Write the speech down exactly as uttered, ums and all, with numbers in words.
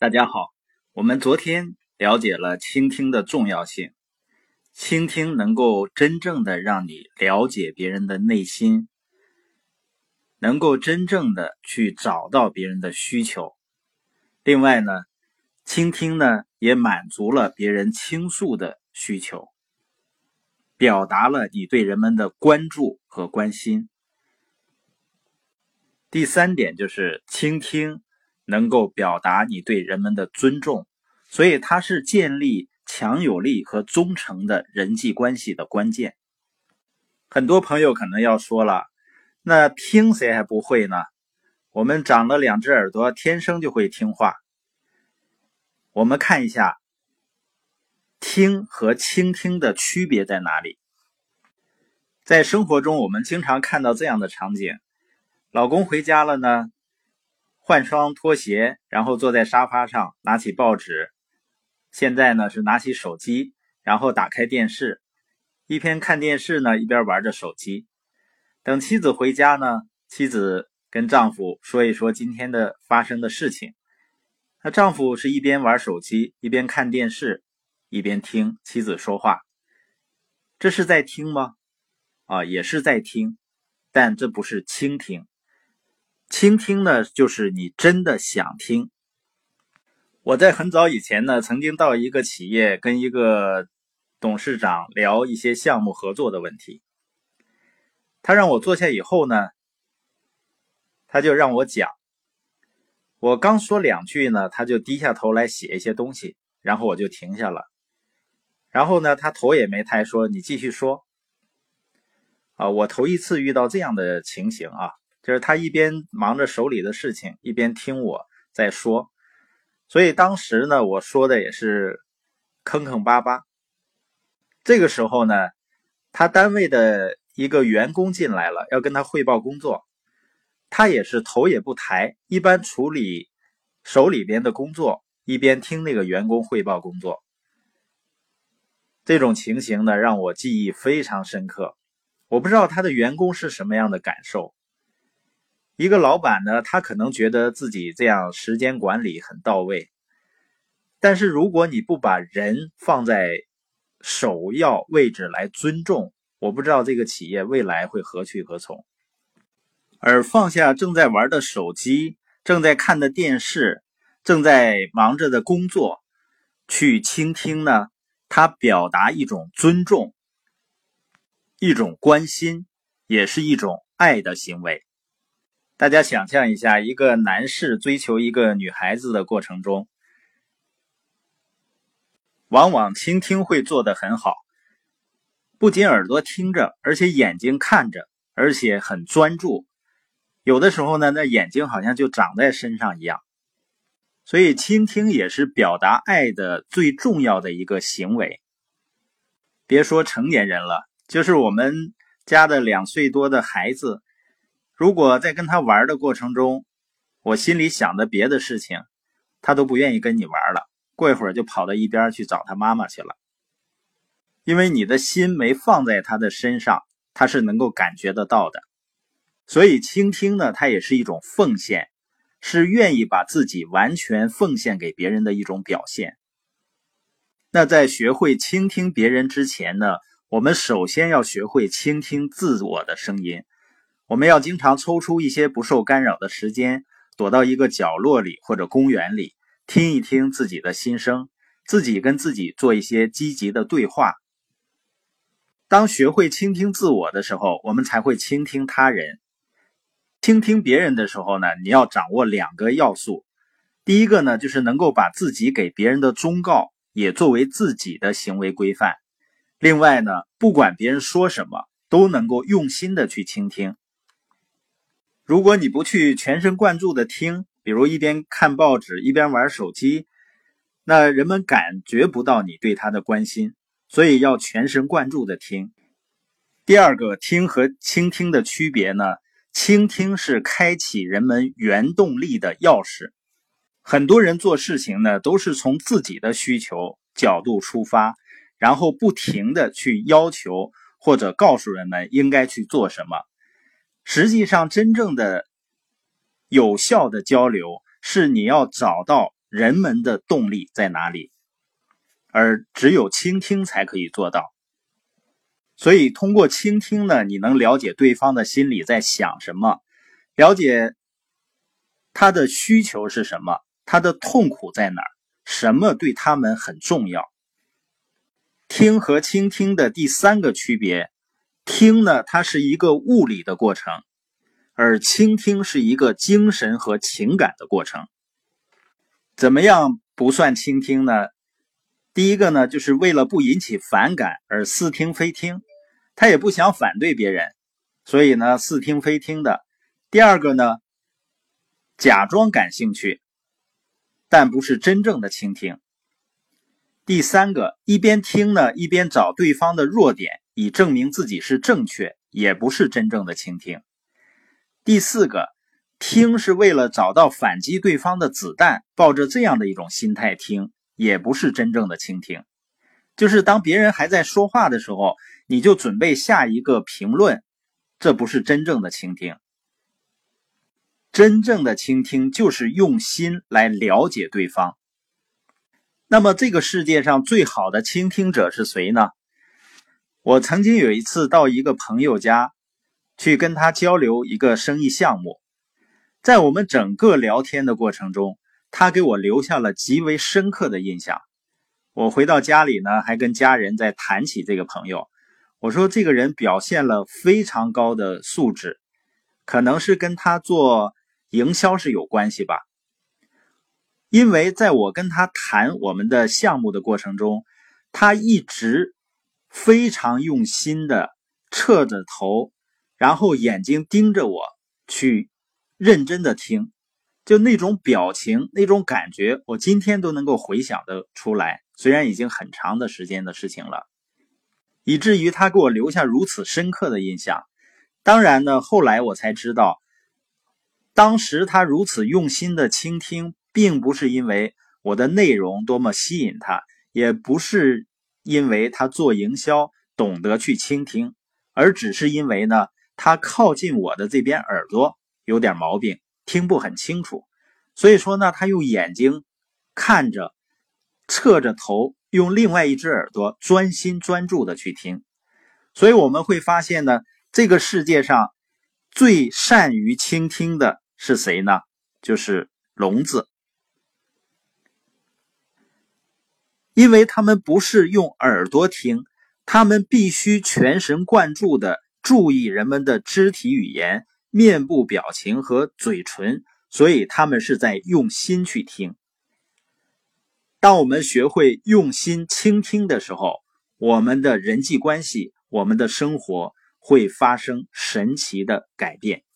大家好，我们昨天了解了倾听的重要性。倾听能够真正的让你了解别人的内心，能够真正的去找到别人的需求。另外呢，倾听呢也满足了别人倾诉的需求，表达了你对人们的关注和关心。第三点就是倾听能够表达你对人们的尊重，所以它是建立强有力和忠诚的人际关系的关键。很多朋友可能要说了，那听谁还不会呢？我们长了两只耳朵，天生就会听话。我们看一下，听和倾听的区别在哪里？在生活中，我们经常看到这样的场景，老公回家了呢，换双拖鞋，然后坐在沙发上，拿起报纸，现在呢是拿起手机，然后打开电视，一边看电视呢，一边玩着手机。等妻子回家呢，妻子跟丈夫说一说今天的发生的事情。那丈夫是一边玩手机，一边看电视，一边听妻子说话。这是在听吗？啊，也是在听，但这不是倾听。倾听呢，就是你真的想听。我在很早以前呢，曾经到一个企业跟一个董事长聊一些项目合作的问题。他让我坐下以后呢，他就让我讲。我刚说两句呢，他就低下头来写一些东西，然后我就停下了。然后呢，他头也没抬说：“你继续说。”啊，我头一次遇到这样的情形啊，就是他一边忙着手里的事情，一边听我在说。所以当时呢，我说的也是坑坑巴巴。这个时候呢，他单位的一个员工进来了，要跟他汇报工作。他也是头也不抬，一般处理手里边的工作，一边听那个员工汇报工作。这种情形呢，让我记忆非常深刻。我不知道他的员工是什么样的感受。一个老板呢，他可能觉得自己这样时间管理很到位，但是如果你不把人放在首要位置来尊重，我不知道这个企业未来会何去何从。而放下正在玩的手机，正在看的电视，正在忙着的工作，去倾听呢，它表达一种尊重，一种关心，也是一种爱的行为。大家想象一下，一个男士追求一个女孩子的过程中，往往倾听会做得很好，不仅耳朵听着，而且眼睛看着，而且很专注。有的时候呢，那眼睛好像就长在身上一样。所以倾听也是表达爱的最重要的一个行为。别说成年人了，就是我们家的两岁多的孩子，如果在跟他玩的过程中，我心里想的别的事情，他都不愿意跟你玩了，过一会儿就跑到一边去找他妈妈去了。因为你的心没放在他的身上，他是能够感觉得到的。所以倾听呢，它也是一种奉献，是愿意把自己完全奉献给别人的一种表现。那在学会倾听别人之前呢，我们首先要学会倾听自我的声音。我们要经常抽出一些不受干扰的时间，躲到一个角落里或者公园里，听一听自己的心声，自己跟自己做一些积极的对话。当学会倾听自我的时候，我们才会倾听他人。倾听别人的时候呢，你要掌握两个要素。第一个呢，就是能够把自己给别人的忠告也作为自己的行为规范。另外呢，不管别人说什么，都能够用心的去倾听。如果你不去全神贯注的听，比如一边看报纸一边玩手机，那人们感觉不到你对他的关心，所以要全神贯注的听。第二个，听和倾听的区别呢，倾听是开启人们原动力的钥匙。很多人做事情呢，都是从自己的需求角度出发，然后不停的去要求或者告诉人们应该去做什么。实际上真正的有效的交流是你要找到人们的动力在哪里，而只有倾听才可以做到。所以通过倾听呢，你能了解对方的心里在想什么，了解他的需求是什么，他的痛苦在哪儿，什么对他们很重要。听和倾听的第三个区别，听呢，它是一个物理的过程，而倾听是一个精神和情感的过程。怎么样不算倾听呢？第一个呢，就是为了不引起反感而似听非听，他也不想反对别人，所以呢似听非听的。第二个呢，假装感兴趣，但不是真正的倾听。第三个，一边听呢，一边找对方的弱点，以证明自己是正确，也不是真正的倾听。第四个，听是为了找到反击对方的子弹，抱着这样的一种心态听，也不是真正的倾听。就是当别人还在说话的时候，你就准备下一个评论，这不是真正的倾听。真正的倾听就是用心来了解对方。那么这个世界上最好的倾听者是谁呢？我曾经有一次到一个朋友家去跟他交流一个生意项目，在我们整个聊天的过程中，他给我留下了极为深刻的印象。我回到家里呢，还跟家人在谈起这个朋友。我说这个人表现了非常高的素质，可能是跟他做营销是有关系吧。因为在我跟他谈我们的项目的过程中，他一直非常用心的侧着头，然后眼睛盯着我去认真的听，就那种表情，那种感觉，我今天都能够回想得出来，虽然已经很长的时间的事情了，以至于他给我留下如此深刻的印象。当然呢，后来我才知道，当时他如此用心的倾听，并不是因为我的内容多么吸引他，也不是因为他做营销懂得去倾听，而只是因为呢，他靠近我的这边耳朵有点毛病，听不很清楚。所以说呢，他用眼睛看着，侧着头，用另外一只耳朵专心专注的去听。所以我们会发现呢，这个世界上最善于倾听的是谁呢？就是聋子。因为他们不是用耳朵听，他们必须全神贯注的注意人们的肢体语言、面部表情和嘴唇，所以他们是在用心去听。当我们学会用心倾听的时候，我们的人际关系，我们的生活会发生神奇的改变。